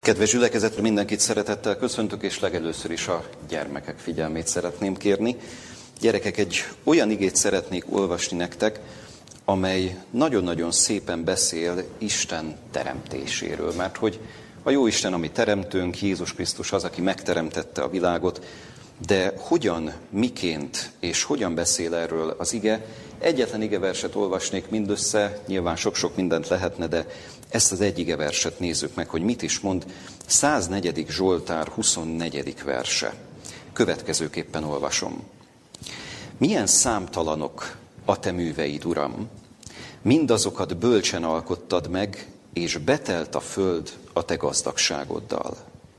Kedves gyülekezet, mindenkit szeretettel köszöntök, és legelőször is a gyermekek figyelmét szeretném kérni. Gyerekek, egy olyan igét szeretnék olvasni nektek, amely nagyon-nagyon szépen beszél Isten teremtéséről. Mert hogy a jó Isten, ami teremtőnk, Jézus Krisztus az, aki megteremtette a világot, de hogyan, miként és hogyan beszél erről az ige? Egyetlen igeverset olvasnék mindössze, nyilván sok-sok mindent lehetne, de ezt az egy igeverset nézzük meg, hogy mit is mond. 104. Zsoltár 24. verse. Következőképpen olvasom. Milyen számtalanok a te műveid, Uram! Mindazokat bölcsen alkottad meg, és betelt a föld a te gazdagságoddal.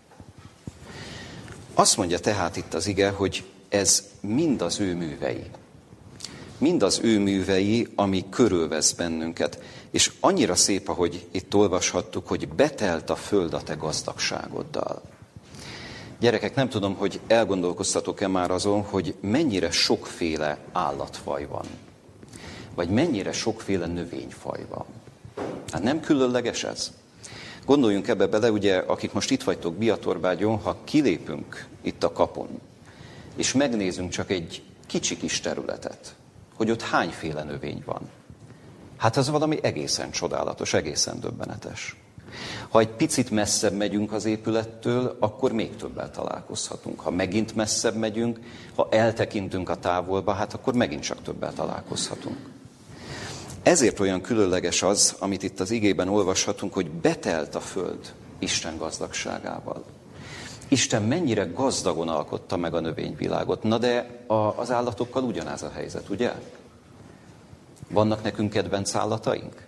Azt mondja tehát itt az ige, hogy ez mind az ő művei. Mind az ő művei, ami körülvesz bennünket. És annyira szép, ahogy itt olvashattuk, hogy betelt a föld a te gazdagságoddal. Gyerekek, nem tudom, hogy elgondolkoztatok-e már azon, hogy mennyire sokféle állatfaj van. Vagy mennyire sokféle növényfaj van. Hát nem különleges ez? Gondoljunk ebbe bele, ugye, akik most itt vagytok Biatorbágyon, ha kilépünk itt a kapun, és megnézünk csak egy kicsi kis területet, hogy ott hányféle növény van. Hát az valami egészen csodálatos, egészen döbbenetes. Ha egy picit messzebb megyünk az épülettől, akkor még többel találkozhatunk. Ha megint messzebb megyünk, ha eltekintünk a távolba, hát akkor megint csak többel találkozhatunk. Ezért olyan különleges az, amit itt az igében olvashatunk, hogy betelt a föld Isten gazdagságával. Isten mennyire gazdagon alkotta meg a növényvilágot. Na de az állatokkal ugyanaz a helyzet, ugye? Vannak nekünk kedvenc állataink?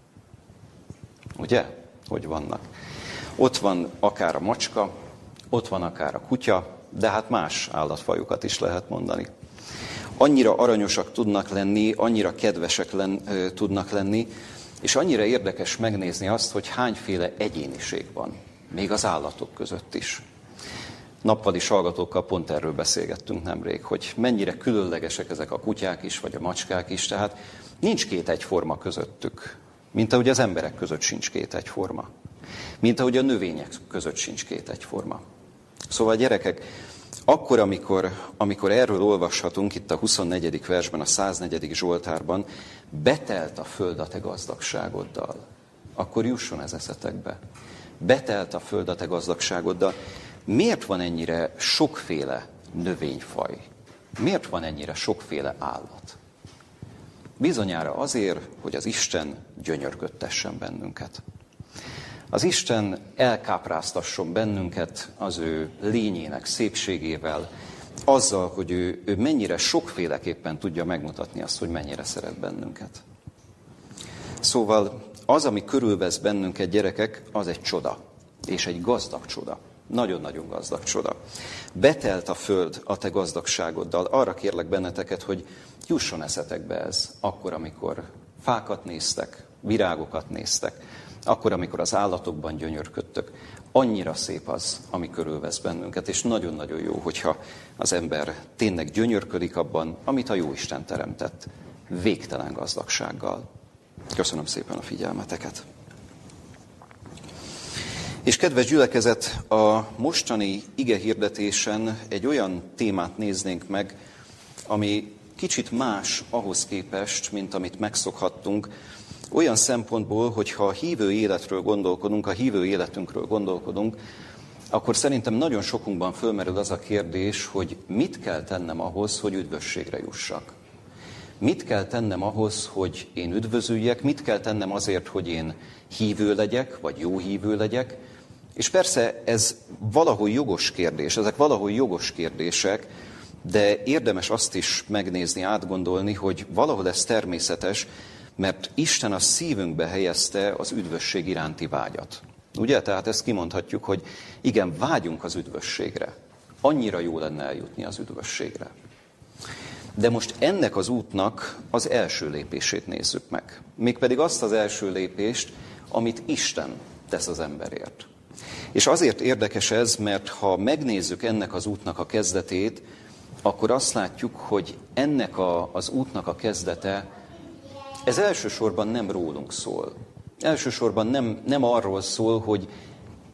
Ugye? Hogy vannak? Ott van akár a macska, ott van akár a kutya, de hát más állatfajokat is lehet mondani. Annyira aranyosak tudnak lenni, annyira kedvesek tudnak lenni, és annyira érdekes megnézni azt, hogy hányféle egyéniség van, még az állatok között is. Nappali hallgatókkal pont erről beszélgettünk nemrég, hogy mennyire különlegesek ezek a kutyák is, vagy a macskák is, tehát nincs két egyforma közöttük, mint ahogy az emberek között sincs két egyforma, mint ahogy a növények között sincs két egyforma. Szóval gyerekek, akkor, amikor erről olvashatunk itt a 24. versben, a 104. Zsoltárban, betelt a föld a te gazdagságoddal, akkor jusson ez eszetekbe. Betelt a föld a te gazdagságoddal. Miért van ennyire sokféle növényfaj? Miért van ennyire sokféle állat? Bizonyára azért, hogy az Isten gyönyörködtessen bennünket. Az Isten elkápráztasson bennünket az ő lényének szépségével, azzal, hogy ő mennyire sokféleképpen tudja megmutatni azt, hogy mennyire szeret bennünket. Szóval az, ami körülvesz bennünket, gyerekek, az egy csoda, és egy gazdag csoda. Nagyon-nagyon gazdag csoda. Betelt a föld a te gazdagságoddal. Arra kérlek benneteket, hogy jusson eszetekbe ez, akkor, amikor fákat néztek, virágokat néztek, akkor, amikor az állatokban gyönyörködtök. Annyira szép az, ami körülvesz bennünket, és nagyon-nagyon jó, hogyha az ember tényleg gyönyörködik abban, amit a Jóisten teremtett, végtelen gazdagsággal. Köszönöm szépen a figyelmeteket. És kedves gyülekezet, a mostani igehirdetésen egy olyan témát néznénk meg, ami kicsit más ahhoz képest, mint amit megszokhattunk. Olyan szempontból, hogyha a hívő életről gondolkodunk, a hívő életünkről gondolkodunk, akkor szerintem nagyon sokunkban fölmerül az a kérdés, hogy mit kell tennem ahhoz, hogy üdvösségre jussak. Mit kell tennem ahhoz, hogy én üdvözüljek, mit kell tennem azért, hogy én hívő legyek, vagy jó hívő legyek. És persze ez valahol jogos kérdés, ezek valahol jogos kérdések, de érdemes azt is megnézni, átgondolni, hogy valahol ez természetes, mert Isten a szívünkbe helyezte az üdvösség iránti vágyat. Ugye? Tehát ezt kimondhatjuk, hogy igen, vágyunk az üdvösségre. Annyira jó lenne eljutni az üdvösségre. De most ennek az útnak az első lépését nézzük meg. Mégpedig azt az első lépést, amit Isten tesz az emberért. És azért érdekes ez, mert ha megnézzük ennek az útnak a kezdetét, akkor azt látjuk, hogy ennek az útnak a kezdete, ez elsősorban nem rólunk szól. Elsősorban nem arról szól, hogy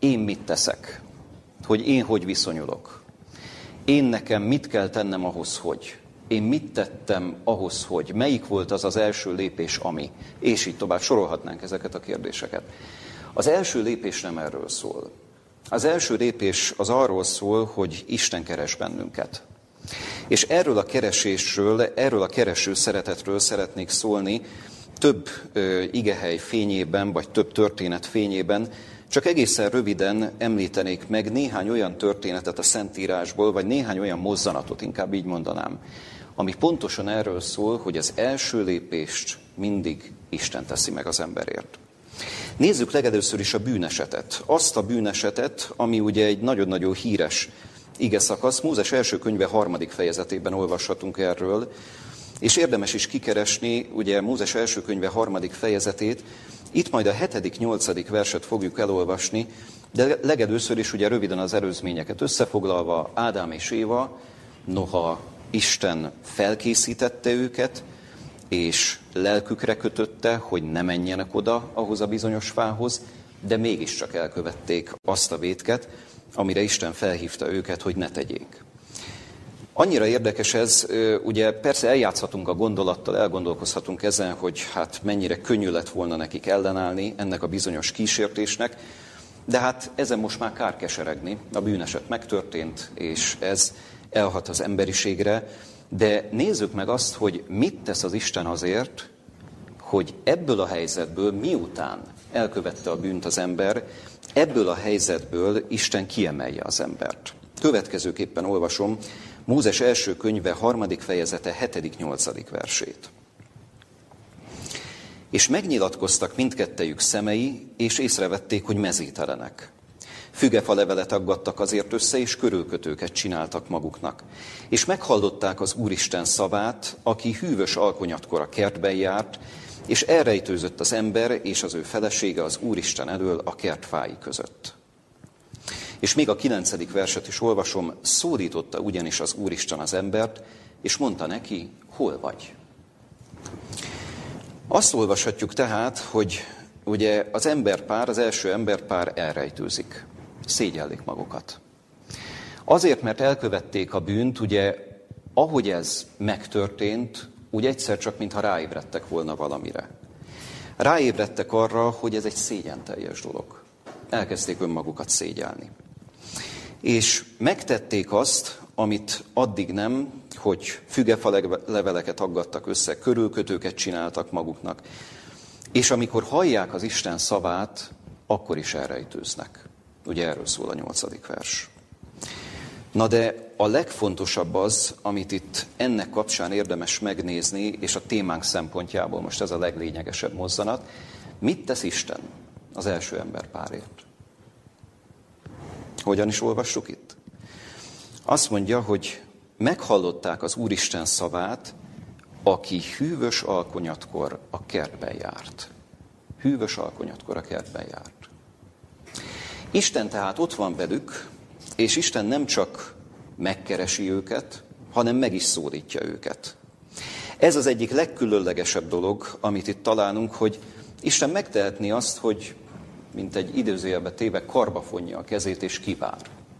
én mit teszek, hogy én hogy viszonyulok. Én nekem mit kell tennem ahhoz, hogy. Én mit tettem ahhoz, hogy. Melyik volt az az első lépés, ami. És így tovább sorolhatnánk ezeket a kérdéseket. Az első lépés nem erről szól. Az első lépés az arról szól, hogy Isten keres bennünket. És erről a keresésről, erről a kereső szeretetről szeretnék szólni több igehely fényében, vagy több történet fényében. Csak egészen röviden említenék meg néhány olyan történetet a Szentírásból, vagy néhány olyan mozzanatot, inkább így mondanám, ami pontosan erről szól, hogy az első lépést mindig Isten teszi meg az emberért. Nézzük legelőször is a bűnesetet. Azt a bűnesetet, ami ugye egy nagyon-nagyon híres igeszakasz. Mózes első könyve 3. fejezetében olvashatunk erről, és érdemes is kikeresni, ugye Mózes első könyve 3. fejezetét. Itt majd a 7.-8. verset fogjuk elolvasni, de legelőször is ugye röviden az előzményeket összefoglalva, Ádám és Éva, noha Isten felkészítette őket, és lelkükre kötötte, hogy ne menjenek oda ahhoz a bizonyos fához, de mégiscsak elkövették azt a vétket, amire Isten felhívta őket, hogy ne tegyék. Annyira érdekes ez, ugye persze eljátszhatunk a gondolattal, elgondolkozhatunk ezen, hogy hát mennyire könnyű lett volna nekik ellenállni ennek a bizonyos kísértésnek, de hát ezen most már kár keseregni, a bűneset megtörtént, és ez elhat az emberiségre, de nézzük meg azt, hogy mit tesz az Isten azért, hogy ebből a helyzetből, miután elkövette a bűnt az ember, ebből a helyzetből Isten kiemelje az embert. Következőképpen olvasom Mózes első könyve 3. fejezete 7.-8. versét. És megnyilatkoztak mindkettejük szemei, és észrevették, hogy mezítelenek. Fügefa levelet aggattak azért össze, és körülkötőket csináltak maguknak. És meghallották az Úristen szavát, aki hűvös alkonyatkor a kertben járt, és elrejtőzött az ember és az ő felesége az Úristen elől a kert fái között. És még a 9. verset is olvasom, szólította ugyanis az Úristen az embert, és mondta neki, hol vagy? Azt olvashatjuk tehát, hogy ugye az emberpár, az első emberpár elrejtőzik, szégyellik magukat. Azért, mert elkövették a bűnt, ugye ahogy ez megtörtént, úgy egyszer csak, mintha ráébredtek volna valamire. Ráébredtek arra, hogy ez egy szégyenteljes dolog. Elkezdték önmagukat szégyelni. És megtették azt, amit addig nem, hogy fügefa leveleket aggattak össze, körülkötőket csináltak maguknak. És amikor hallják az Isten szavát, akkor is elrejtőznek. Ugye erről szól a 8. vers. Na de a legfontosabb az, amit itt ennek kapcsán érdemes megnézni, és a témánk szempontjából most ez a leglényegesebb mozzanat, mit tesz Isten az első emberpárért? Hogyan is olvassuk itt? Azt mondja, hogy meghallották az Úristen szavát, aki hűvös alkonyatkor a kertben járt. Hűvös alkonyatkor a kertben járt. Isten tehát ott van velük, és Isten nem csak megkeresi őket, hanem meg is szólítja őket. Ez az egyik legkülönlegesebb dolog, amit itt találunk, hogy Isten megtehetné azt, hogy mint egy idézőjelbe téve karba fonja a kezét és kivár.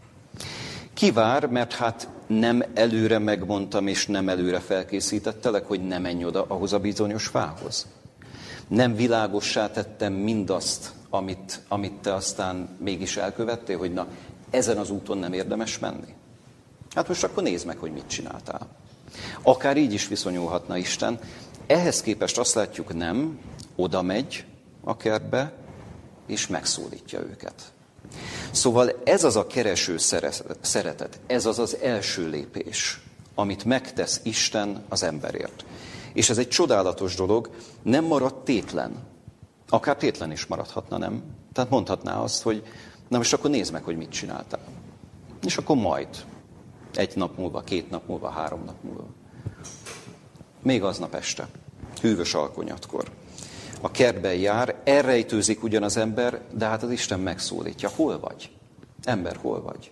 Kivár, mert hát nem előre megmondtam és nem előre felkészítettelek, hogy ne menj oda ahhoz a bizonyos fához. Nem világossá tettem mindazt, amit te aztán mégis elkövettél, hogy na, ezen az úton nem érdemes menni. Hát most akkor nézd meg, hogy mit csináltál. Akár így is viszonyulhatna Isten. Ehhez képest azt látjuk, nem, oda megy a kertbe, és megszólítja őket. Szóval ez az a kereső szeretet, ez az az első lépés, amit megtesz Isten az emberért. És ez egy csodálatos dolog, nem marad tétlen. Akár tétlen is maradhatna, nem? Tehát mondhatná azt, hogy na most akkor nézd meg, hogy mit csináltál. És akkor majd 1 nap múlva, 2 nap múlva, 3 nap múlva. Még aznap este, hűvös alkonyatkor. A kertben jár, elrejtőzik ugyan az ember, de hát az Isten megszólítja. Hol vagy? Ember, hol vagy?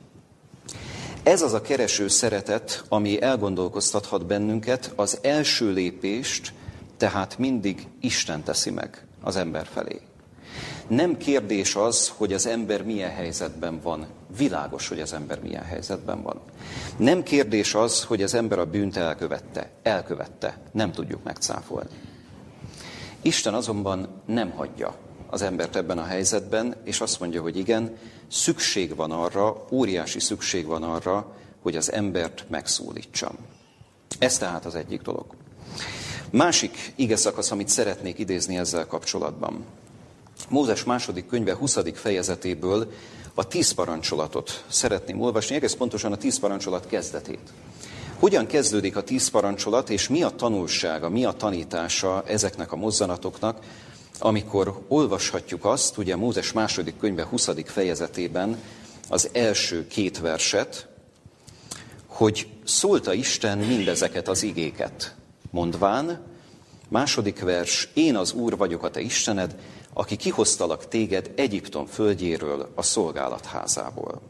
Ez az a kereső szeretet, ami elgondolkoztathat bennünket, az első lépést, tehát mindig Isten teszi meg az ember felé. Nem kérdés az, hogy az ember milyen helyzetben van. Világos, hogy az ember milyen helyzetben van. Nem kérdés az, hogy az ember a bűnt elkövette. Nem tudjuk megcáfolni. Isten azonban nem hagyja az embert ebben a helyzetben, és azt mondja, hogy igen, szükség van arra, óriási szükség van arra, hogy az embert megszólítsam. Ez tehát az egyik dolog. Másik igeszakasz, amit szeretnék idézni ezzel kapcsolatban. Mózes második könyve 20. fejezetéből a 10 parancsolatot szeretném olvasni, egész pontosan a 10 parancsolat kezdetét. Hogyan kezdődik a 10 parancsolat, és mi a tanulsága, mi a tanítása ezeknek a mozzanatoknak, amikor olvashatjuk azt, ugye Mózes második könyve 20. fejezetében az első 2 verset, hogy szólta Isten mindezeket az igéket, mondván, második vers, én az Úr vagyok a te Istened, aki kihoztalak téged Egyiptom földjéről, a szolgálatházából.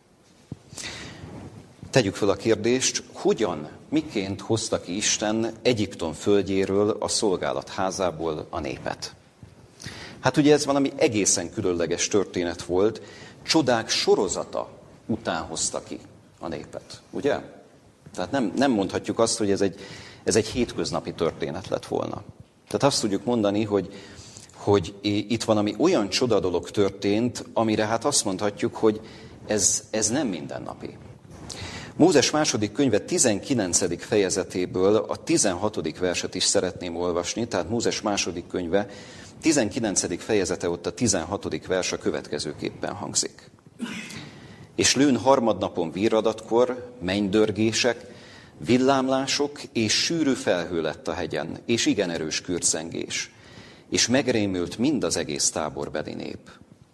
Tegyük föl a kérdést, hogyan, miként hozta ki Isten Egyiptom földjéről, a szolgálatházából a népet? Hát ugye ez valami egészen különleges történet volt, csodák sorozata után hozta ki a népet, ugye? Tehát nem mondhatjuk azt, hogy ez egy hétköznapi történet lett volna. Tehát azt tudjuk mondani, hogy itt valami olyan csoda dolog történt, amire hát azt mondhatjuk, hogy ez nem mindennapi. Mózes második könyve 19. fejezetéből a 16. verset is szeretném olvasni, tehát Mózes második könyve 19. fejezete, ott a 16. vers a következőképpen hangzik. És lőn harmadnapon virradatkor, mennydörgések, villámlások és sűrű felhő lett a hegyen, és igen erős kürcengés, és megrémült mind az egész táborbeli nép.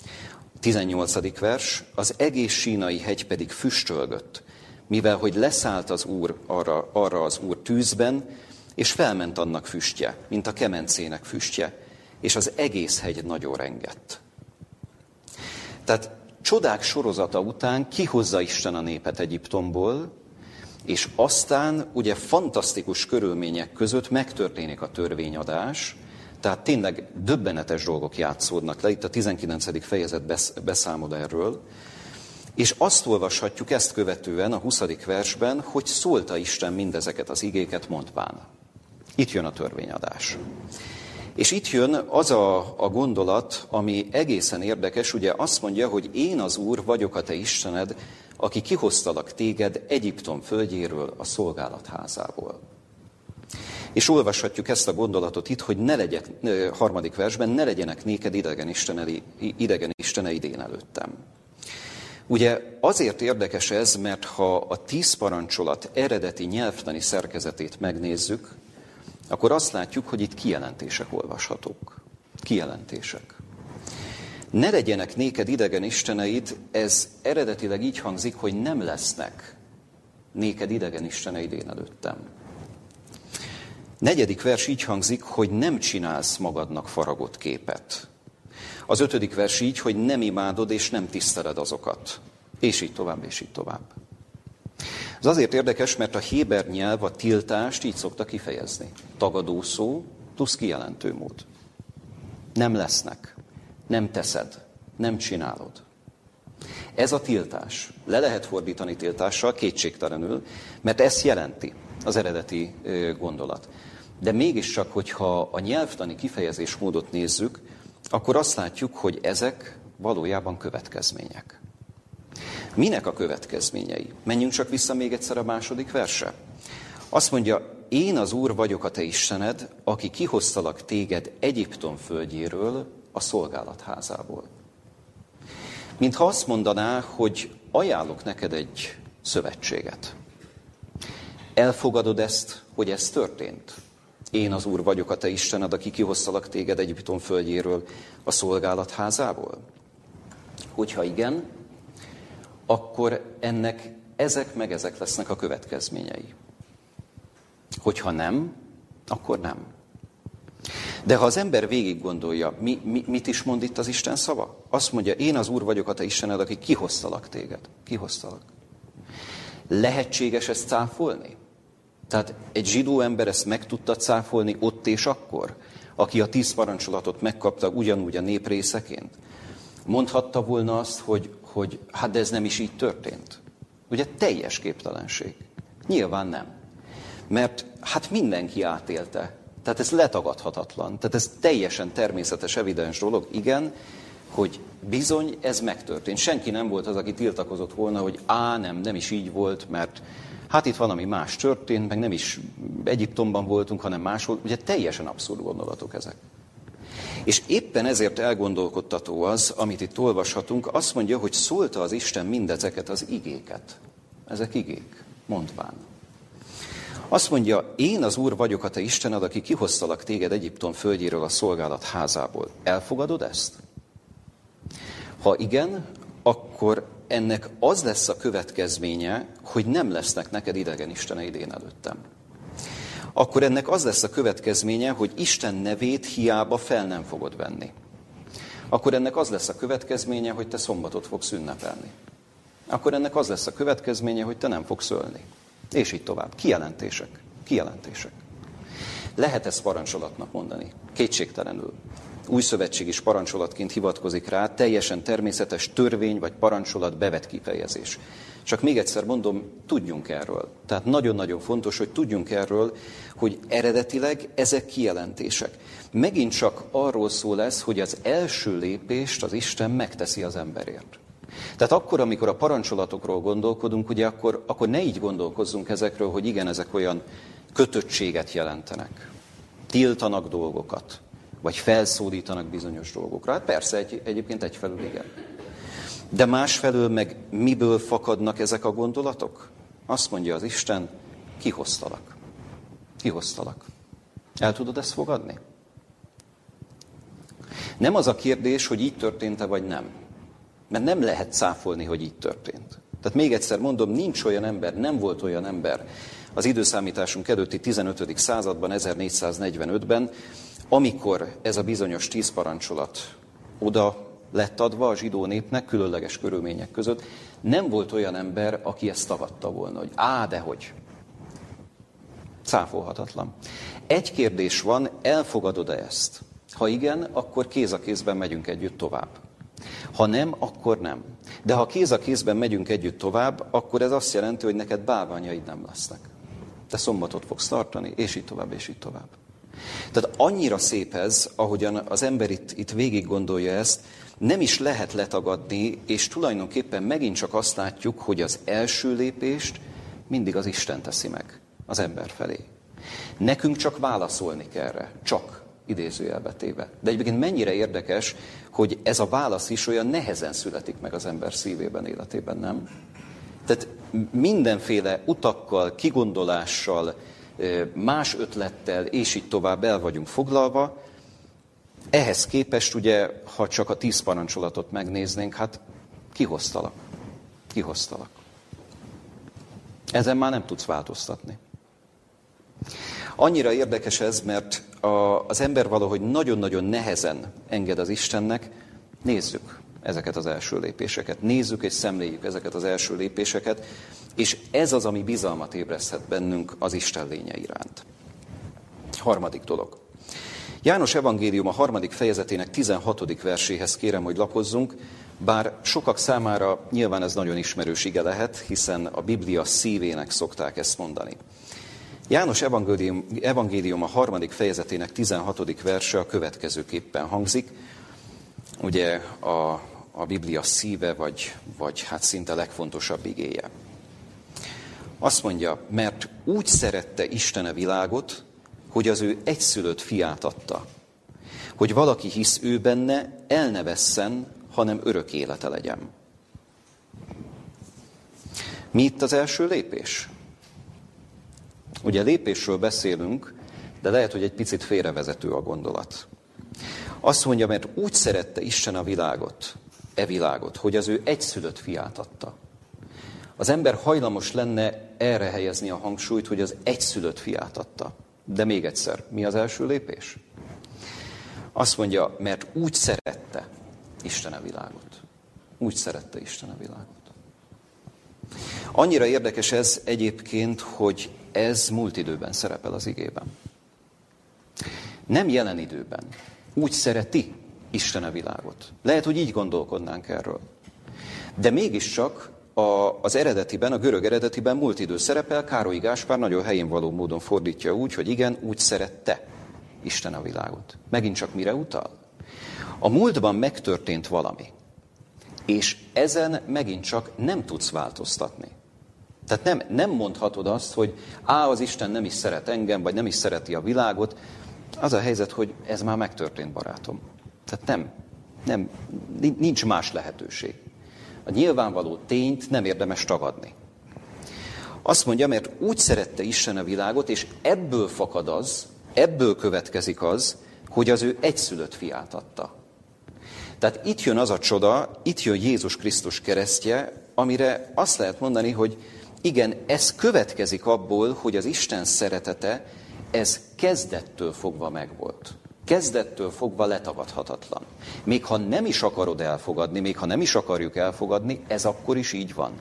18. vers, az egész sínai hegy pedig füstölgött, mivel hogy leszállt az Úr arra az Úr tűzben, és felment annak füstje, mint a kemencének füstje, és az egész hegy nagyon rengett. Tehát csodák sorozata után kihozza Isten a népet Egyiptomból, és aztán ugye fantasztikus körülmények között megtörténik a törvényadás, tehát tényleg döbbenetes dolgok játszódnak le, itt a 19. fejezet beszámol erről, és azt olvashatjuk ezt követően a 20. versben, hogy szólta Isten mindezeket az igéket mondván. Itt jön a törvényadás. És itt jön az a gondolat, ami egészen érdekes, ugye azt mondja, hogy én az Úr vagyok a te Istened, aki kihoztalak téged Egyiptom földjéről, a szolgálatházából. És olvashatjuk ezt a gondolatot itt, hogy ne legyen, 3. versben, ne legyenek néked idegen isteneid én előttem. Ugye azért érdekes ez, mert ha a 10 parancsolat eredeti nyelvtani szerkezetét megnézzük, akkor azt látjuk, hogy itt kijelentések olvashatók. Kijelentések. Ne legyenek néked idegen isteneid, ez eredetileg így hangzik, hogy nem lesznek néked idegen isteneid én előttem. 4. vers így hangzik, hogy nem csinálsz magadnak faragott képet. Az 5. vers így, hogy nem imádod és nem tiszteled azokat. És így tovább, és így tovább. Ez azért érdekes, mert a héber nyelv a tiltást így szokta kifejezni. Tagadó szó plusz kijelentő mód. Nem lesznek, nem teszed, nem csinálod. Ez a tiltás. Le lehet fordítani tiltással, kétségtelenül, mert ezt jelenti az eredeti gondolat. De mégiscsak, hogyha a nyelvtani kifejezésmódot nézzük, akkor azt látjuk, hogy ezek valójában következmények. Minek a következményei? Menjünk csak vissza még egyszer a 2. versre. Azt mondja, én az Úr vagyok a te Istened, aki kihoztalak téged Egyiptom földjéről, a szolgálatházából. Mintha azt mondaná, hogy ajánlok neked egy szövetséget. Elfogadod ezt, hogy ez történt? Én az Úr vagyok a te Istened, aki kihoztalak téged Egyiptom földjéről, a szolgálatházából? Hogyha igen, akkor ennek ezek lesznek a következményei. Hogyha nem, akkor nem. De ha az ember végig gondolja, mit is mond itt az Isten szava? Azt mondja, én az Úr vagyok a te Istened, aki kihoztalak téged. Kihoztalak. Lehetséges ezt cáfolni? Tehát egy zsidó ember ezt meg tudta cáfolni ott és akkor? aki a 10 parancsolatot megkapta ugyanúgy a nép részeként? Mondhatta volna azt, hogy hát de ez nem is így történt. Ugye teljes képtelenség. Nyilván nem. Mert hát mindenki átélte. Tehát ez letagadhatatlan. Tehát ez teljesen természetes, evidens dolog. Igen, hogy bizony ez megtörtént. Senki nem volt az, aki tiltakozott volna, hogy nem is így volt, mert hát itt valami más történt, meg nem is Egyiptomban voltunk, hanem máshol. Ugye teljesen abszurd gondolatok ezek. És éppen ezért elgondolkodtató az, amit itt olvashatunk, azt mondja, hogy szólta az Isten mindezeket az igéket. Ezek igék, mondván. Azt mondja, én az Úr vagyok a te Istened, aki kihoztalak téged Egyiptom földjéről a szolgálat házából. Elfogadod ezt? Ha igen, akkor ennek az lesz a következménye, hogy nem lesznek neked idegen isteneid én előttem. Akkor ennek az lesz a következménye, hogy Isten nevét hiába fel nem fogod venni. Akkor ennek az lesz a következménye, hogy te szombatot fogsz ünnepelni. Akkor ennek az lesz a következménye, hogy te nem fogsz ölni. És így tovább. Kijelentések. Kijelentések. Lehet ezt parancsolatnak mondani? Kétségtelenül. Új szövetség is parancsolatként hivatkozik rá, teljesen természetes törvény vagy parancsolat bevett kifejezés. Csak még egyszer mondom, tudjunk erről. Tehát nagyon-nagyon fontos, hogy tudjunk erről, hogy eredetileg ezek kijelentések. Megint csak arról szól ez, hogy az első lépést az Isten megteszi az emberért. Tehát akkor, amikor a parancsolatokról gondolkodunk, ugye akkor ne így gondolkozzunk ezekről, hogy igen, ezek olyan kötöttséget jelentenek. Tiltanak dolgokat, vagy felszólítanak bizonyos dolgokra. Hát persze, egyébként egyfelől igen. De másfelől meg miből fakadnak ezek a gondolatok? Azt mondja az Isten, kihoztalak. Kihoztalak. El tudod ezt fogadni? Nem az a kérdés, hogy így történt-e vagy nem. Mert nem lehet cáfolni, hogy így történt. Tehát még egyszer mondom, nincs olyan ember, nem volt olyan ember az időszámításunk előtti 15. században, 1445-ben, amikor ez a bizonyos 10 parancsolat oda lett adva a zsidó népnek különleges körülmények között, nem volt olyan ember, aki ezt tagadta volna, hogy dehogy. Cáfolhatatlan. Egy kérdés van, elfogadod-e ezt? Ha igen, akkor kéz a kézben megyünk együtt tovább. Ha nem, akkor nem. De ha kéz a kézben megyünk együtt tovább, akkor ez azt jelenti, hogy neked bálványaid nem lesznek. Te szombatot fogsz tartani, és így tovább, és így tovább. Tehát annyira szép ez, ahogyan az ember itt végig gondolja ezt, nem is lehet letagadni, és tulajdonképpen megint csak azt látjuk, hogy az első lépést mindig az Isten teszi meg az ember felé. Nekünk csak válaszolni kell erre, csak idézőjelbe téve. De egyébként mennyire érdekes, hogy ez a válasz is olyan nehezen születik meg az ember szívében, életében, nem? Tehát mindenféle utakkal, kigondolással, más ötlettel, és így tovább el vagyunk foglalva. Ehhez képest ugye, ha csak a 10 parancsolatot megnéznénk, hát kihoztalak. Kihoztalak. Ezen már nem tudsz változtatni. Annyira érdekes ez, mert az ember valahogy nagyon-nagyon nehezen enged az Istennek. Nézzük ezeket az első lépéseket. Nézzük és szemléljük ezeket az első lépéseket, és ez az, ami bizalmat ébreszthet bennünk az Isten lénye iránt. Harmadik dolog. János evangélium a 3. fejezetének 16. verséhez kérem, hogy lapozzunk, bár sokak számára nyilván ez nagyon ismerős ige lehet, hiszen a Biblia szívének szokták ezt mondani. János evangélium a 3. fejezetének 16. verse a következőképpen hangzik. Ugye a Biblia szíve, vagy hát szinte legfontosabb igéje. Azt mondja, mert úgy szerette Isten a világot, hogy az ő egyszülött fiát adta, hogy valaki hisz ő benne, el ne vesszen, hanem örök élete legyen. Mi itt az első lépés? Ugye lépésről beszélünk, de lehet, hogy egy picit félrevezető a gondolat. Azt mondja, mert úgy szerette Isten a világot, hogy az ő egyszülött fiát adta. Az ember hajlamos lenne erre helyezni a hangsúlyt, hogy az egyszülött fiát adta. De még egyszer, mi az első lépés? Azt mondja, mert úgy szerette Isten a világot. Úgy szerette Isten a világot. Annyira érdekes ez egyébként, hogy ez múlt időben szerepel az igében. Nem jelen időben. Úgy szereti Isten a világot. Lehet, hogy így gondolkodnánk erről. De mégiscsak az eredetiben, a görög eredetiben múlt idő szerepel, Károly Gáspár nagyon helyén való módon fordítja úgy, hogy igen, úgy szerette Isten a világot. Megint csak mire utal? A múltban megtörtént valami, és ezen megint csak nem tudsz változtatni. Tehát nem mondhatod azt, hogy az Isten nem is szeret engem, vagy nem is szereti a világot. Az a helyzet, hogy ez már megtörtént, barátom. Tehát nincs más lehetőség. A nyilvánvaló tényt nem érdemes tagadni. Azt mondja, mert úgy szerette Isten a világot, és ebből következik az, hogy az ő egyszülött fiát adta. Tehát itt jön az a csoda, itt jön Jézus Krisztus keresztje, amire azt lehet mondani, hogy igen, ez következik abból, hogy az Isten szeretete, ez kezdettől fogva megvolt. Kezdettől fogva letagadhatatlan. Még ha nem is akarod elfogadni, még ha nem is akarjuk elfogadni, ez akkor is így van.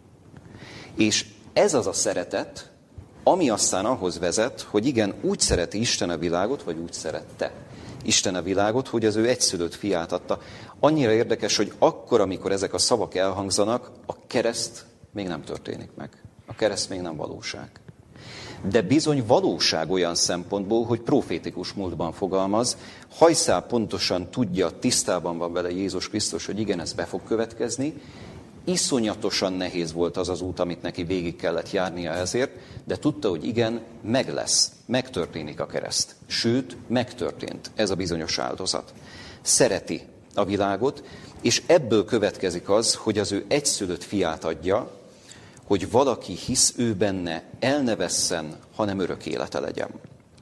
És ez az a szeretet, ami aztán ahhoz vezet, hogy igen, úgy szereti Isten a világot, vagy úgy szerette Isten a világot, hogy az ő egyszülött fiát adta. Annyira érdekes, hogy akkor, amikor ezek a szavak elhangzanak, a kereszt még nem történik meg. A kereszt még nem valóság. De bizony valóság olyan szempontból, hogy profétikus múltban fogalmaz, hajszál pontosan tudja, tisztában van vele Jézus Krisztus, hogy igen, ez be fog következni. Iszonyatosan nehéz volt az az út, amit neki végig kellett járnia ezért, de tudta, hogy igen, meg lesz, megtörténik a kereszt. Sőt, megtörtént ez a bizonyos áldozat. Szereti a világot, és ebből következik az, hogy az ő egyszülött fiát adja, hogy valaki hisz ő benne, el ne vesszen, hanem örök élete legyen.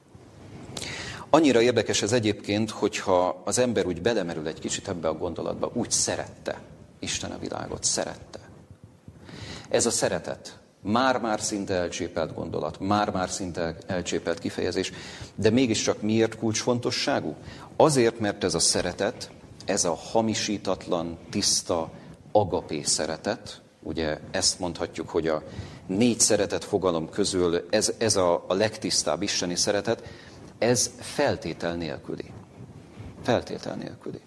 Annyira érdekes ez egyébként, hogyha az ember úgy belemerül egy kicsit ebbe a gondolatba, úgy szerette Isten a világot, szerette. Ez a szeretet már-már szinte elcsépelt gondolat, már-már szinte elcsépelt kifejezés, de mégiscsak miért kulcsfontosságú? Azért, mert ez a szeretet, ez a hamisítatlan, tiszta, agapé szeretet, ugye ezt mondhatjuk, hogy a 4 szeretet fogalom közül ez a legtisztább isteni szeretet, ez feltétel nélküli. Feltétel nélküli.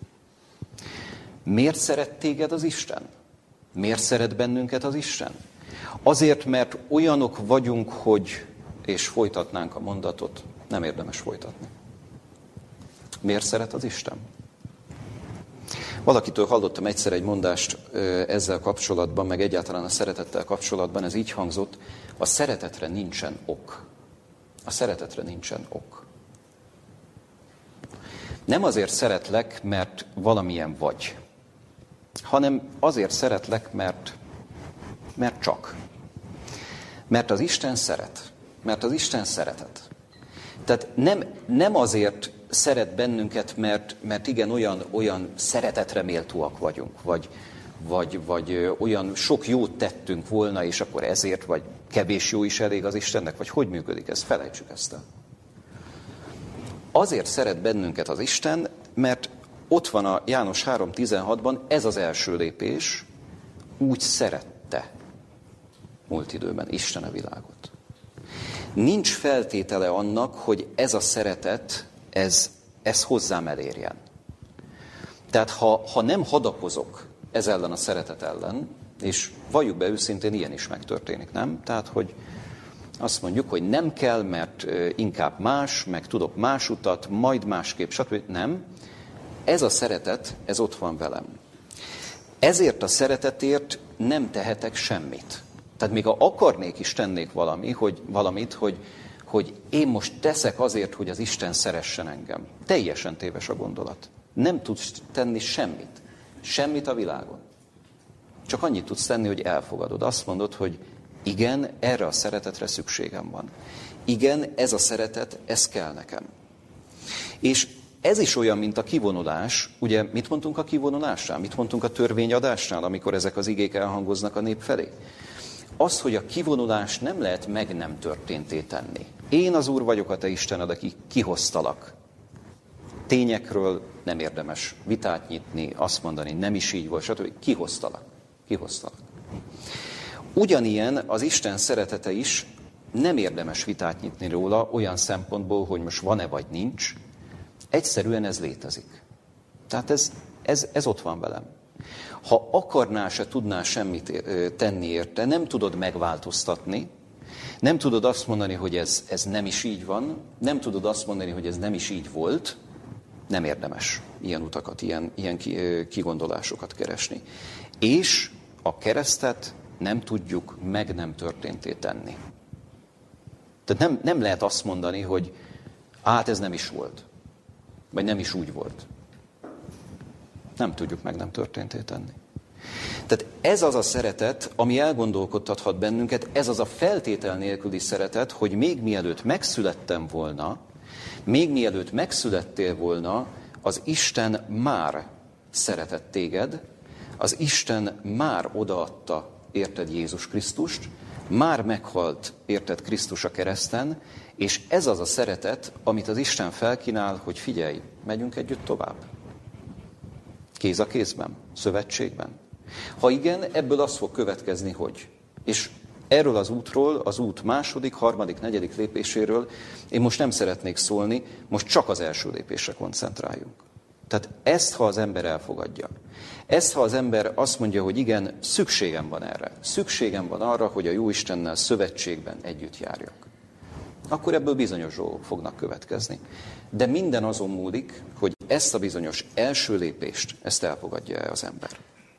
Miért szeret téged az Isten? Miért szeret bennünket az Isten? Azért, mert olyanok vagyunk, hogy, és folytatnánk a mondatot, nem érdemes folytatni. Miért szeret az Isten? Valakitől hallottam egyszer egy mondást ezzel kapcsolatban, meg egyáltalán a szeretettel kapcsolatban, ez így hangzott, a szeretetre nincsen ok. A szeretetre nincsen ok. Nem azért szeretlek, mert valamilyen vagy, hanem azért szeretlek, mert csak. Mert az Isten szeret. Mert az Isten szeretet. Tehát nem azért szeret bennünket, mert igen, olyan szeretetre méltóak vagyunk, vagy olyan sok jót tettünk volna, és akkor ezért, vagy kevés jó is elég az Istennek, vagy hogy működik ez? Felejtsük ezt el. Azért szeret bennünket az Isten, mert ott van a János 3.16-ban ez az első lépés, úgy szerette múlt időben Isten a világot. Nincs feltétele annak, hogy ez a szeretet, ez hozzám elérjen. Tehát ha nem hadakozok ez ellen a szeretet ellen, és valljuk be őszintén, ilyen is megtörténik, nem? Tehát, hogy azt mondjuk, hogy nem kell, mert inkább más, meg tudok más utat, majd másképp, stb. Nem. Ez a szeretet, ez ott van velem. Ezért a szeretetért nem tehetek semmit. Tehát még ha akarnék is tennék valamit, hogy én most teszek azért, hogy az Isten szeressen engem. Teljesen téves a gondolat. Nem tudsz tenni semmit. Semmit a világon. Csak annyit tudsz tenni, hogy elfogadod. Azt mondod, hogy igen, erre a szeretetre szükségem van. Igen, ez a szeretet, ez kell nekem. És ez is olyan, mint a kivonulás. Ugye mit mondtunk a kivonulásnál? Mit mondtunk a törvényadásnál, amikor ezek az igék elhangoznak a nép felé? Az, hogy a kivonulás nem lehet meg nem történté tenni. Én az Úr vagyok, a te Istened, aki kihoztalak. Tényekről nem érdemes vitát nyitni, azt mondani, nem is így volt, stb. Kihoztalak. Ugyanilyen az Isten szeretete is nem érdemes vitát nyitni róla olyan szempontból, hogy most van-e vagy nincs, Egyszerűen ez létezik. Tehát ez ott van velem. Ha akarnál, se tudnál semmit tenni érte, nem tudod megváltoztatni, nem tudod azt mondani, hogy ez nem is így van, nem tudod azt mondani, hogy ez nem is így volt, nem érdemes ilyen utakat, ilyen kigondolásokat keresni. És a keresztet nem tudjuk meg nem történté tenni. Tehát nem lehet azt mondani, hogy hát ez nem is volt, vagy nem is úgy volt. Nem tudjuk meg nem történté tenni. Tehát ez az a szeretet, ami elgondolkodtathat bennünket, ez az a feltétel nélküli szeretet, hogy még mielőtt megszülettem volna, még mielőtt megszülettél volna, az Isten már szeretett téged, az Isten már odaadta érted Jézus Krisztust, már meghalt érted Krisztus a kereszten, és ez az a szeretet, amit az Isten felkínál, hogy figyelj, megyünk együtt tovább. Kéz a kézben, szövetségben. Ha igen, ebből az fog következni, hogy. És erről az útról, az út második, harmadik, negyedik lépéséről én most nem szeretnék szólni, most csak az első lépésre koncentráljunk. Tehát ezt, ha az ember elfogadja, ezt, ha az ember azt mondja, hogy igen, szükségem van erre, szükségem van arra, hogy a Jóistennel szövetségben együtt járjak, akkor ebből bizonyos dolgok fognak következni. De minden azon múlik, hogy ezt a bizonyos első lépést, ezt elfogadja-e az ember.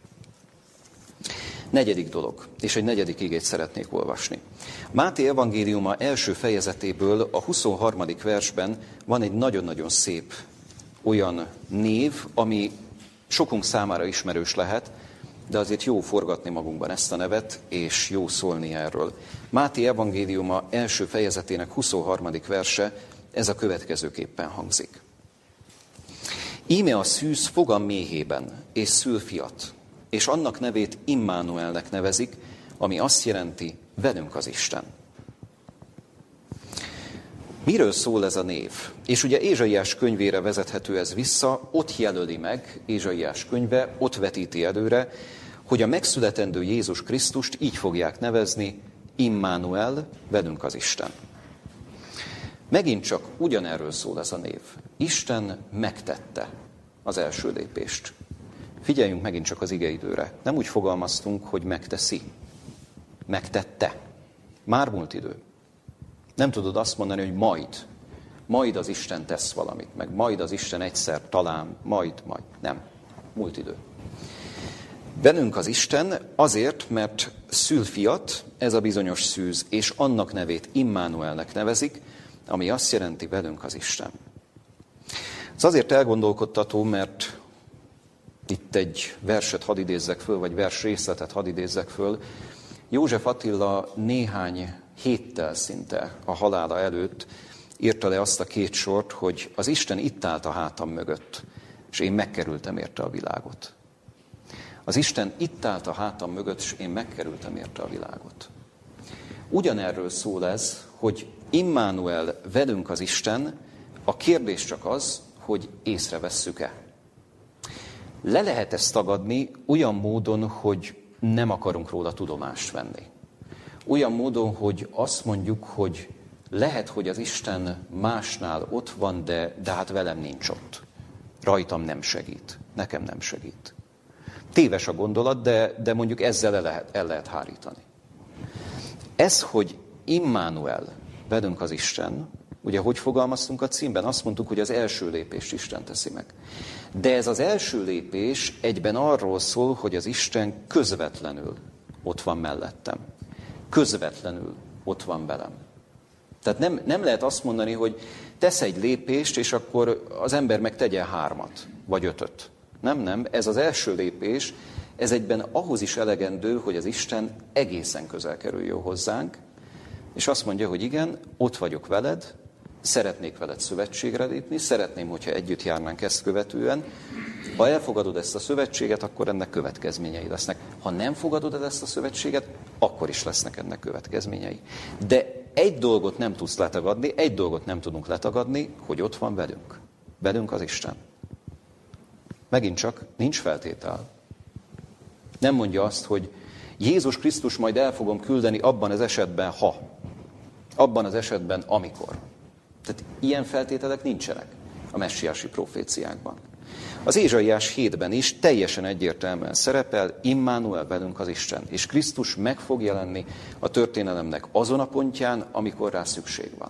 Negyedik dolog, és egy negyedik igét szeretnék olvasni. Máté evangéliuma első fejezetéből a 23. versben van egy nagyon-nagyon szép olyan név, ami sokunk számára ismerős lehet, de azért jó forgatni magunkban ezt a nevet, és jó szólni erről. Máté evangéliuma első fejezetének 23. verse, ez a következőképpen hangzik. Íme a szűz fogam méhében, és szül fiat, és annak nevét Immanuelnek nevezik, ami azt jelenti, velünk az Isten. Miről szól ez a név? És ugye Ézsaiás könyvére vezethető ez vissza, ott jelöli meg Ézsaiás könyve, ott vetíti előre, hogy a megszületendő Jézus Krisztust így fogják nevezni, Immanuel, velünk az Isten. Megint csak ugyanerről szól ez a név. Isten megtette az első lépést. Figyeljünk megint csak az igeidőre. Nem úgy fogalmaztunk, hogy megteszi. Megtette. Már múlt idő. Nem tudod azt mondani, hogy majd az Isten tesz valamit, meg majd az Isten egyszer talán, majd. Nem. Múlt idő. Bennünk az Isten azért, mert szül fiat, ez a bizonyos szűz, és annak nevét Immanuelnek nevezik, ami azt jelenti, velünk az Isten. Ez azért elgondolkodtató, mert itt egy verset hadd idézzek föl, vagy vers részletet hadd idézzek föl. József Attila néhány héttel szinte a halála előtt írta le azt a két sort, hogy az Isten itt állt a hátam mögött, és én megkerültem érte a világot. Az Isten itt állt a hátam mögött, és én megkerültem érte a világot. Ugyanerről szól ez, hogy Immanuel, velünk az Isten, a kérdés csak az, hogy észrevesszük-e. Le lehet ezt tagadni olyan módon, hogy nem akarunk róla tudomást venni. Olyan módon, hogy azt mondjuk, hogy lehet, hogy az Isten másnál ott van, de hát velem nincs ott. Rajtam nem segít, nekem nem segít. Téves a gondolat, de mondjuk ezzel el lehet hárítani. Ez, hogy Immanuel, velünk az Isten, ugye hogy fogalmaztunk a címben? Azt mondtuk, hogy az első lépést Isten teszi meg. De ez az első lépés egyben arról szól, hogy az Isten közvetlenül ott van mellettem. Közvetlenül ott van velem. Tehát nem lehet azt mondani, hogy tesz egy lépést, és akkor az ember meg tegyen 3 vagy 5. Nem. Ez az első lépés, ez egyben ahhoz is elegendő, hogy az Isten egészen közel kerüljön hozzánk, és azt mondja, hogy igen, ott vagyok veled, szeretnék veled szövetségre lépni, szeretném, hogyha együtt járnánk ezt követően. Ha elfogadod ezt a szövetséget, akkor ennek következményei lesznek. Ha nem fogadod el ezt a szövetséget, akkor is lesznek ennek következményei. De egy dolgot nem tudsz letagadni, egy dolgot nem tudunk letagadni, hogy ott van velünk. Velünk az Isten. Megint csak nincs feltétel. Nem mondja azt, hogy Jézus Krisztus majd el fogom küldeni abban az esetben, ha. Abban az esetben, amikor. Tehát ilyen feltételek nincsenek. a messiási proféciákban. Az Ézsaiás 7-ben is teljesen egyértelműen szerepel Immanuel velünk az Isten, és Krisztus meg fog jelenni a történelemnek azon a pontján, amikor rá szükség van.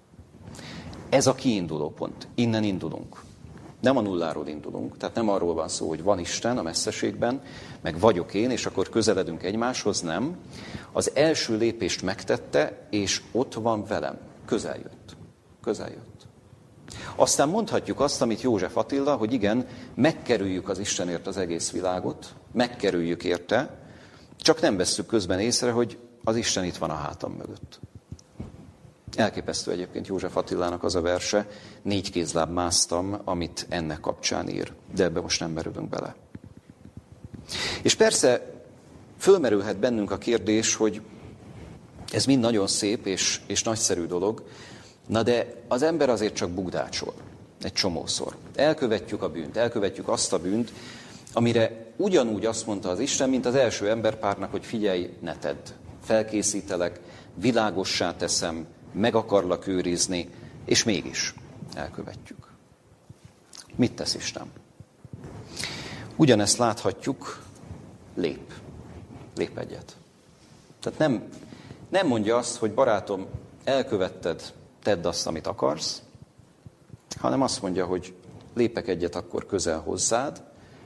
Ez a kiinduló pont. Innen indulunk. Nem a nulláról indulunk, tehát nem arról van szó, hogy van Isten a messzeségben, meg vagyok én, és akkor közeledünk egymáshoz, nem. Az első lépést megtette, és ott van velem. Közel jött. Közel jött. Aztán mondhatjuk azt, amit József Attila, hogy igen, megkerüljük az Istenért az egész világot, megkerüljük érte, csak nem vesszük közben észre, hogy az Isten itt van a hátam mögött. Elképesztő egyébként József Attilának az a verse, 4 kézláb másztam, amit ennek kapcsán ír. De ebbe most nem merülünk bele. És persze fölmerülhet bennünk a kérdés, hogy ez mind nagyon szép és nagyszerű dolog, na de az ember azért csak bugdácsol egy csomószor. Elkövetjük a bűnt, elkövetjük azt a bűnt, amire ugyanúgy azt mondta az Isten, mint az első emberpárnak, hogy figyelj, ne tedd. Felkészítelek, világossá teszem, meg akarlak őrizni, és mégis elkövetjük. Mit tesz Isten? Ugyanezt láthatjuk, lép egyet. Tehát nem mondja azt, hogy barátom, elkövetted, tedd azt, amit akarsz, hanem azt mondja, hogy lépek egyet akkor közel hozzád,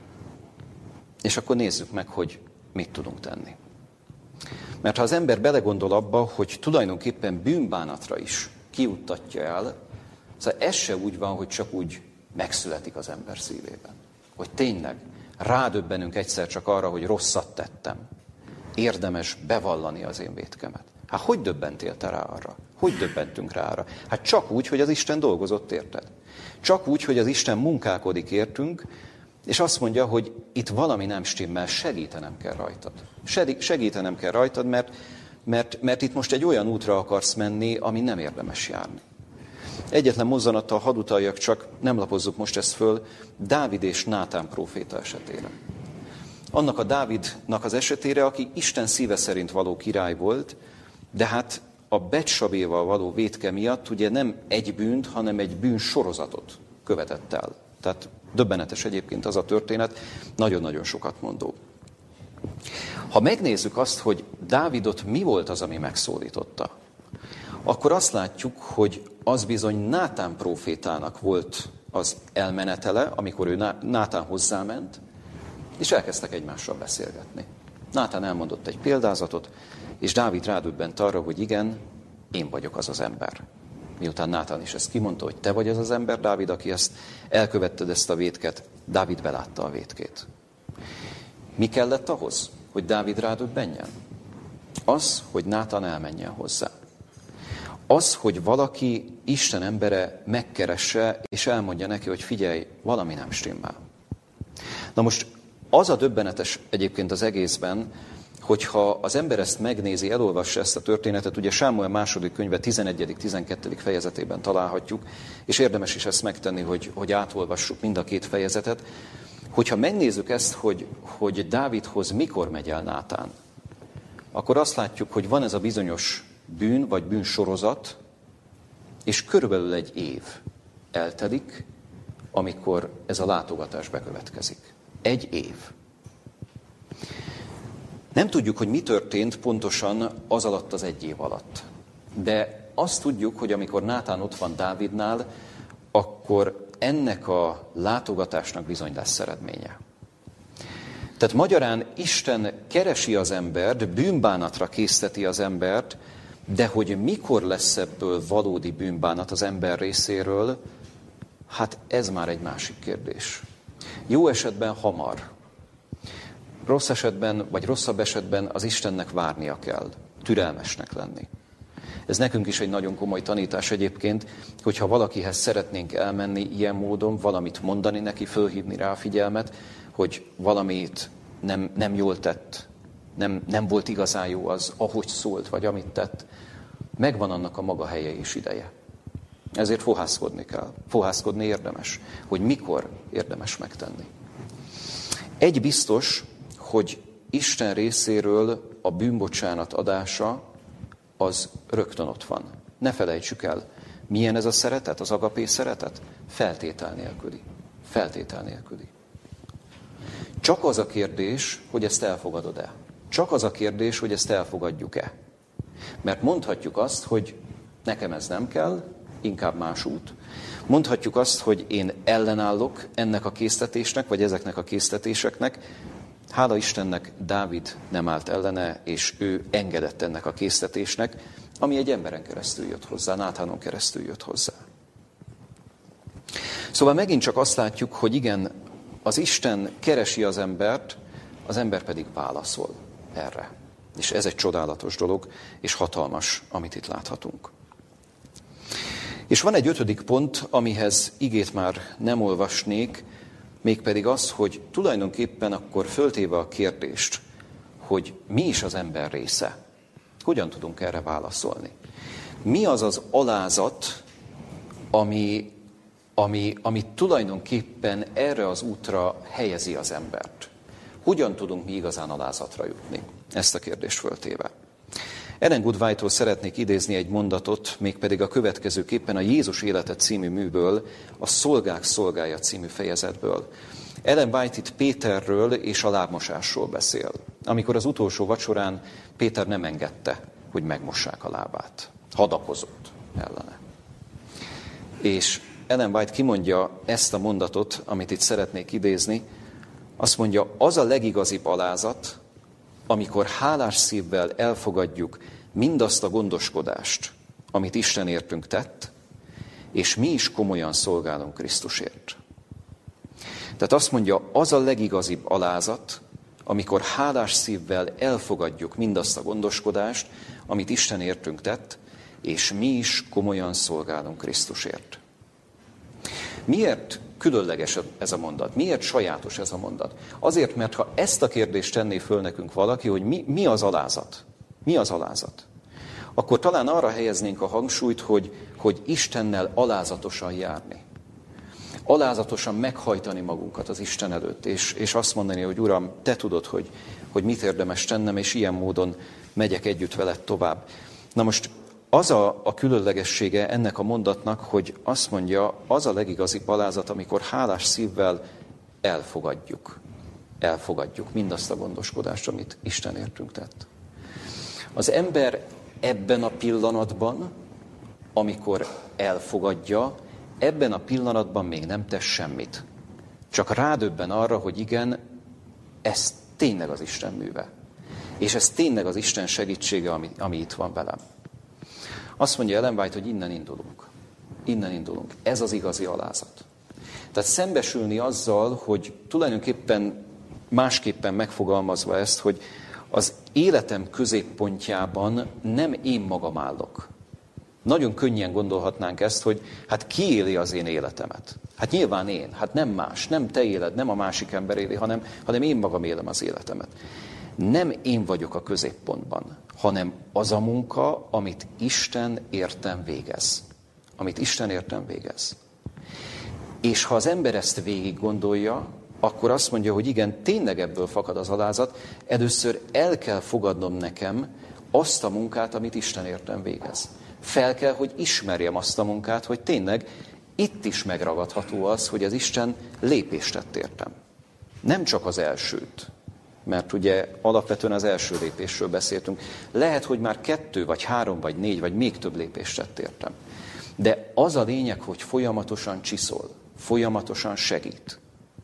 és akkor nézzük meg, hogy mit tudunk tenni. Mert ha az ember belegondol abba, hogy tulajdonképpen bűnbánatra is kijuttatja el, szóval ez se úgy van, hogy csak úgy megszületik az ember szívében. Hogy tényleg rádöbbenünk egyszer csak arra, hogy rosszat tettem. Érdemes bevallani az én vétkemet. Hát hogy döbbentél te rá arra? Hogy döbbentünk rá arra? Hát csak úgy, hogy az Isten dolgozott érted. Csak úgy, hogy az Isten munkálkodik értünk, és azt mondja, hogy itt valami nem stimmel, segítenem kell rajtad. Segítenem kell rajtad, mert itt most egy olyan útra akarsz menni, ami nem érdemes járni. Egyetlen mozzanattal hadd utaljak, csak nem lapozzuk most ezt föl, Dávid és Nátán próféta esetére. Annak a Dávidnak az esetére, aki Isten szíve szerint való király volt, de hát a Betsabéval való vétke miatt ugye nem egy bűnt, hanem egy bűnsorozatot követett el. Tehát döbbenetes egyébként az a történet, nagyon-nagyon sokat mondó. Ha megnézzük azt, hogy Dávidot mi volt az, ami megszólította, akkor azt látjuk, hogy az bizony Nátán prófétának volt az elmenetele, amikor ő Nátán hozzáment, és elkezdtek egymással beszélgetni. Nátán elmondott egy példázatot, és Dávid rádöbbent arra, hogy igen, én vagyok az az ember. Miután Nátán is ezt kimondta, hogy te vagy az az ember, Dávid, aki elkövetted ezt a vétket, Dávid belátta a vétkét. Mi kellett ahhoz, hogy Dávid rádöbbenjen? Az, hogy Nátán elmenjen hozzá. Az, hogy valaki, Isten embere megkeresse, és elmondja neki, hogy figyelj, valami nem stimmel. Na most az a döbbenetes egyébként az egészben, hogyha az ember ezt megnézi, elolvassa ezt a történetet, ugye Sámuel második könyve 11.-12. fejezetében találhatjuk, és érdemes is ezt megtenni, hogy átolvassuk mind a 2 fejezetet. Hogyha megnézzük ezt, hogy Dávidhoz mikor megy el Nátán, akkor azt látjuk, hogy van ez a bizonyos bűn, vagy bűnsorozat, és körülbelül egy év eltelik, amikor ez a látogatás bekövetkezik. 1 év. Nem tudjuk, hogy mi történt pontosan az alatt az 1 év alatt. De azt tudjuk, hogy amikor Nátán ott van Dávidnál, akkor ennek a látogatásnak bizony lesz eredménye. Tehát magyarán Isten keresi az embert, bűnbánatra készteti az embert, de hogy mikor lesz ebből valódi bűnbánat az ember részéről, hát ez már egy másik kérdés. Jó esetben hamar. Rossz esetben, vagy rosszabb esetben az Istennek várnia kell, türelmesnek lenni. Ez nekünk is egy nagyon komoly tanítás egyébként, hogyha valakihez szeretnénk elmenni ilyen módon, valamit mondani neki, fölhívni rá a figyelmet, hogy valamit nem jól tett, nem volt igazán jó az, ahogy szólt, vagy amit tett, megvan annak a maga helye és ideje. Ezért fohászkodni kell. Fohászkodni érdemes, hogy mikor érdemes megtenni. Egy biztos, hogy Isten részéről a bűnbocsánat adása az rögtön ott van. Ne felejtsük el, Milyen ez a szeretet, az agapé szeretet? Feltétel nélküli. Feltétel nélküli. Csak az a kérdés, hogy ezt elfogadod-e. Csak az a kérdés, hogy ezt elfogadjuk-e. Mert mondhatjuk azt, hogy nekem ez nem kell, inkább más út. Mondhatjuk azt, hogy én ellenállok ennek a késztetésnek, vagy ezeknek a késztetéseknek. Hála Istennek Dávid nem állt ellene, és ő engedett ennek a késztetésnek, ami egy emberen keresztül jött hozzá, Náthánon keresztül jött hozzá. Szóval megint csak azt látjuk, hogy igen, az Isten keresi az embert, az ember pedig válaszol erre. És ez egy csodálatos dolog, és hatalmas, amit itt láthatunk. És van egy 5. pont, amihez igét már nem olvasnék, mégpedig az, hogy tulajdonképpen akkor föltéve a kérdést, hogy mi is az ember része, hogyan tudunk erre válaszolni. Mi az az alázat, ami tulajdonképpen erre az útra helyezi az embert? Hogyan tudunk mi igazán alázatra jutni? Ezt a kérdést föltéve. Ellen Good White-tól szeretnék idézni egy mondatot, mégpedig a következőképpen a Jézus élete című műből, a Szolgák szolgája című fejezetből. Ellen White itt Péterről és a lábmosásról beszél. Amikor az utolsó vacsorán Péter nem engedte, hogy megmossák a lábát. Hadakozott ellene. És Ellen White kimondja ezt a mondatot, amit itt szeretnék idézni. Azt mondja, az a legigazibb alázat, amikor hálás szívvel elfogadjuk mindazt a gondoskodást, amit Isten értünk tett, és mi is komolyan szolgálunk Krisztusért. Tehát azt mondja, az a legigazibb alázat, amikor hálás szívvel elfogadjuk mindazt a gondoskodást, amit Isten értünk tett, és mi is komolyan szolgálunk Krisztusért. Miért különleges ez a mondat? Miért sajátos ez a mondat? Azért, mert ha ezt a kérdést tenné föl nekünk valaki, hogy mi az alázat? Mi az alázat? Akkor talán arra helyeznénk a hangsúlyt, hogy Istennel alázatosan járni. Alázatosan meghajtani magunkat az Isten előtt, és azt mondani, hogy Uram, Te tudod, hogy mit érdemes tennem, és ilyen módon megyek együtt veled tovább. Na most az a különlegessége ennek a mondatnak, hogy azt mondja, az a legigazibb alázat, amikor hálás szívvel elfogadjuk mindazt a gondoskodást, amit Isten értünk tett. Az ember ebben a pillanatban, amikor elfogadja, ebben a pillanatban még nem tesz semmit. Csak rádöbben arra, hogy igen, ez tényleg az Isten műve. És ez tényleg az Isten segítsége, ami itt van velem. Azt mondja Ellen White, hogy innen indulunk. Innen indulunk. Ez az igazi alázat. Tehát szembesülni azzal, hogy tulajdonképpen másképpen megfogalmazva ezt, hogy az életem középpontjában nem én magam állok. Nagyon könnyen gondolhatnánk ezt, hogy hát ki éli az én életemet? Hát nyilván én, hát nem más, nem te éled, nem a másik ember éli, hanem én magam élem az életemet. Nem én vagyok a középpontban, hanem az a munka, amit Isten értem végez. Amit Isten értem végez. És ha az ember ezt végig gondolja, akkor azt mondja, hogy igen, tényleg ebből fakad az alázat, először el kell fogadnom nekem azt a munkát, amit Isten értem végez. Fel kell, hogy ismerjem azt a munkát, hogy tényleg itt is megragadható az, hogy az Isten lépést tett értem. Nem csak az elsőt, mert ugye alapvetően az első lépésről beszéltünk. Lehet, hogy már 2, vagy 3, vagy 4, vagy még több lépést tett értem. De az a lényeg, hogy folyamatosan csiszol, folyamatosan segít.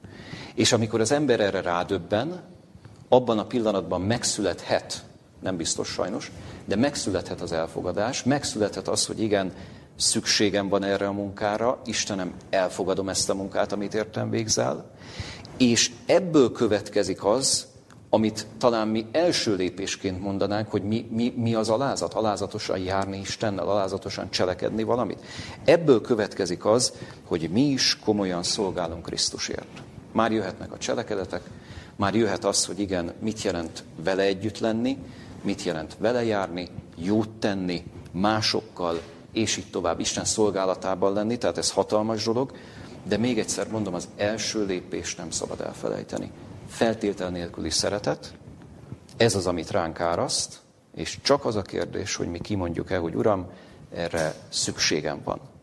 És amikor az ember erre rádöbben, abban a pillanatban megszülethet, nem biztos sajnos, de megszülethet az elfogadás, megszülethet az, hogy igen, szükségem van erre a munkára, Istenem, elfogadom ezt a munkát, amit értem végzel, és ebből következik az, amit talán mi első lépésként mondanánk, hogy mi az alázat, alázatosan járni Istennel, alázatosan cselekedni valamit. Ebből következik az, hogy mi is komolyan szolgálunk Krisztusért. Már jöhetnek a cselekedetek, már jöhet az, hogy igen, mit jelent vele együtt lenni, mit jelent vele járni, jót tenni, másokkal, és így tovább Isten szolgálatában lenni, tehát ez hatalmas dolog, de még egyszer mondom, az első lépést nem szabad elfelejteni. Feltétel nélküli szeretet, ez az, amit ránk áraszt, és csak az a kérdés, hogy mi kimondjuk-e, hogy Uram, erre szükségem van.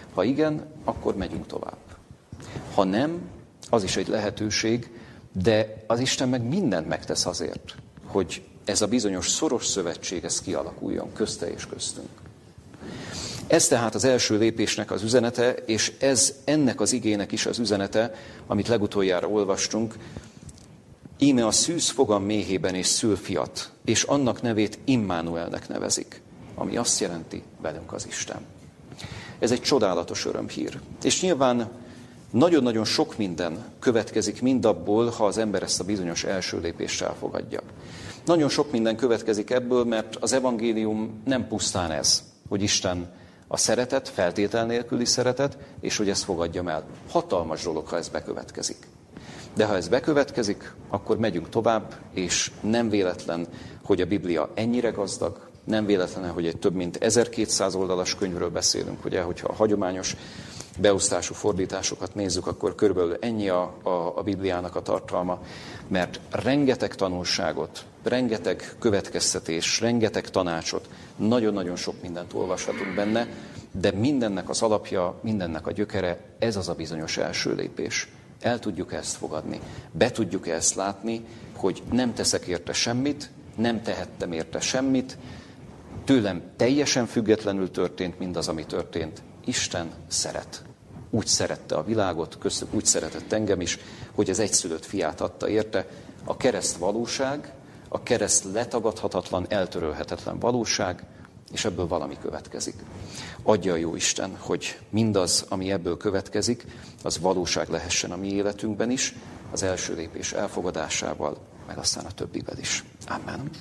Ha igen, akkor megyünk tovább. Ha nem, az is egy lehetőség, de az Isten meg mindent megtesz azért, hogy ez a bizonyos szoros szövetség, ez kialakuljon közte és köztünk. Ez tehát az első lépésnek az üzenete, és ez ennek az igének is az üzenete, amit legutoljára olvastunk. Íme a szűz fogam méhében és szül fiat, és annak nevét Immanuelnek nevezik, ami azt jelenti, velünk az Isten. Ez egy csodálatos örömhír. És nyilván nagyon-nagyon sok minden következik mindabból, ha az ember ezt a bizonyos első lépést elfogadja. Nagyon sok minden következik ebből, mert az evangélium nem pusztán ez, hogy Isten a szeretet, feltétel nélküli szeretet, és hogy ezt fogadjam el. Hatalmas dolog, ha ez bekövetkezik. De ha ez bekövetkezik, akkor megyünk tovább, és nem véletlen, hogy a Biblia ennyire gazdag, nem véletlen, hogy egy több mint 1200 oldalas könyvről beszélünk, ugye, hogyha a hagyományos beosztású fordításokat nézzük, akkor körülbelül ennyi a Bibliának a tartalma, mert rengeteg tanulságot, rengeteg következtetés, rengeteg tanácsot, nagyon-nagyon sok mindent olvashatunk benne, de mindennek az alapja, mindennek a gyökere, ez az a bizonyos első lépés. El tudjuk ezt fogadni, be tudjuk ezt látni, hogy nem teszek érte semmit, nem tehettem érte semmit, tőlem teljesen függetlenül történt mindaz, ami történt. Isten szeret. Úgy szerette a világot, köztük úgy szeretett engem is, hogy az egyszülött fiát adta érte. A kereszt valóság, a kereszt letagadhatatlan, eltörölhetetlen valóság, és ebből valami következik. Adja a jó Isten, hogy mindaz, ami ebből következik, az valóság lehessen a mi életünkben is, az első lépés elfogadásával, meg aztán a többivel is. Amen.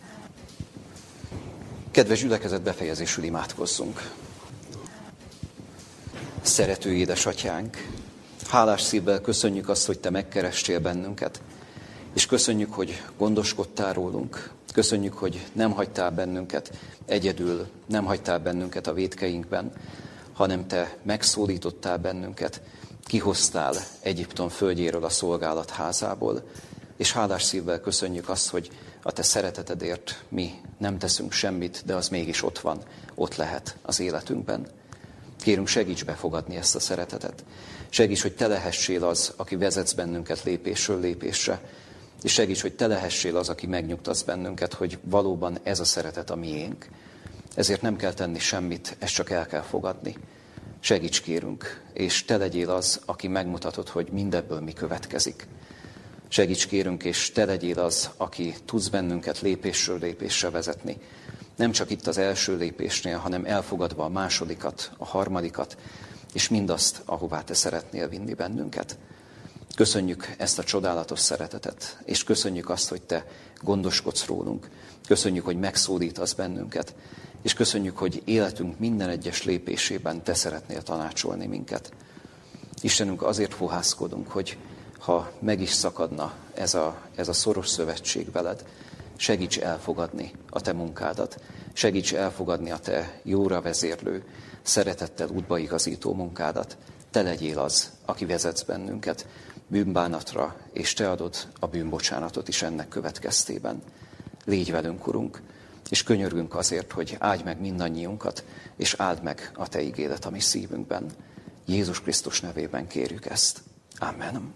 Kedves gyülekezet, befejezésül imádkozzunk. Szerető édesatyánk, hálás szívvel köszönjük azt, hogy te megkerestél bennünket, és köszönjük, hogy gondoskodtál rólunk. Köszönjük, hogy nem hagytál bennünket egyedül, nem hagytál bennünket a vétkeinkben, hanem te megszólítottál bennünket, kihoztál Egyiptom földjéről, a szolgálat házából, és hálás szívvel köszönjük azt, hogy a te szeretetedért mi nem teszünk semmit, de az mégis ott van, ott lehet az életünkben. Kérünk, segíts befogadni ezt a szeretetet. Segíts, hogy te lehessél az, aki vezetsz bennünket lépésről lépésre. És segíts, hogy te lehessél az, aki megnyugtatsz bennünket, hogy valóban ez a szeretet a miénk. Ezért nem kell tenni semmit, ezt csak el kell fogadni. Segíts, kérünk, és te legyél az, aki megmutatod, hogy mindebből mi következik. Segíts, kérünk, és te legyél az, aki tudsz bennünket lépésről lépésre vezetni. Nem csak itt az első lépésnél, hanem elfogadva a másodikat, a harmadikat, és mindazt, ahová te szeretnél vinni bennünket. Köszönjük ezt a csodálatos szeretetet, és köszönjük azt, hogy te gondoskodsz rólunk. Köszönjük, hogy megszólítasz bennünket, és köszönjük, hogy életünk minden egyes lépésében te szeretnél tanácsolni minket. Istenünk, azért fohászkodunk, hogy ha meg is szakadna ez a szoros szövetség veled, segíts elfogadni a te munkádat, segíts elfogadni a te jóra vezérlő, szeretettel útba igazító munkádat. Te legyél az, aki vezetsz bennünket bűnbánatra, és te adod a bűnbocsánatot is ennek következtében. Légy velünk, Urunk, és könyörgünk azért, hogy áldj meg mindannyiunkat, és áld meg a te igédet a mi szívünkben. Jézus Krisztus nevében kérjük ezt. Amen.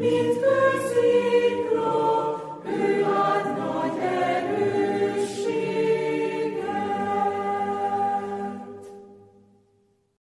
mint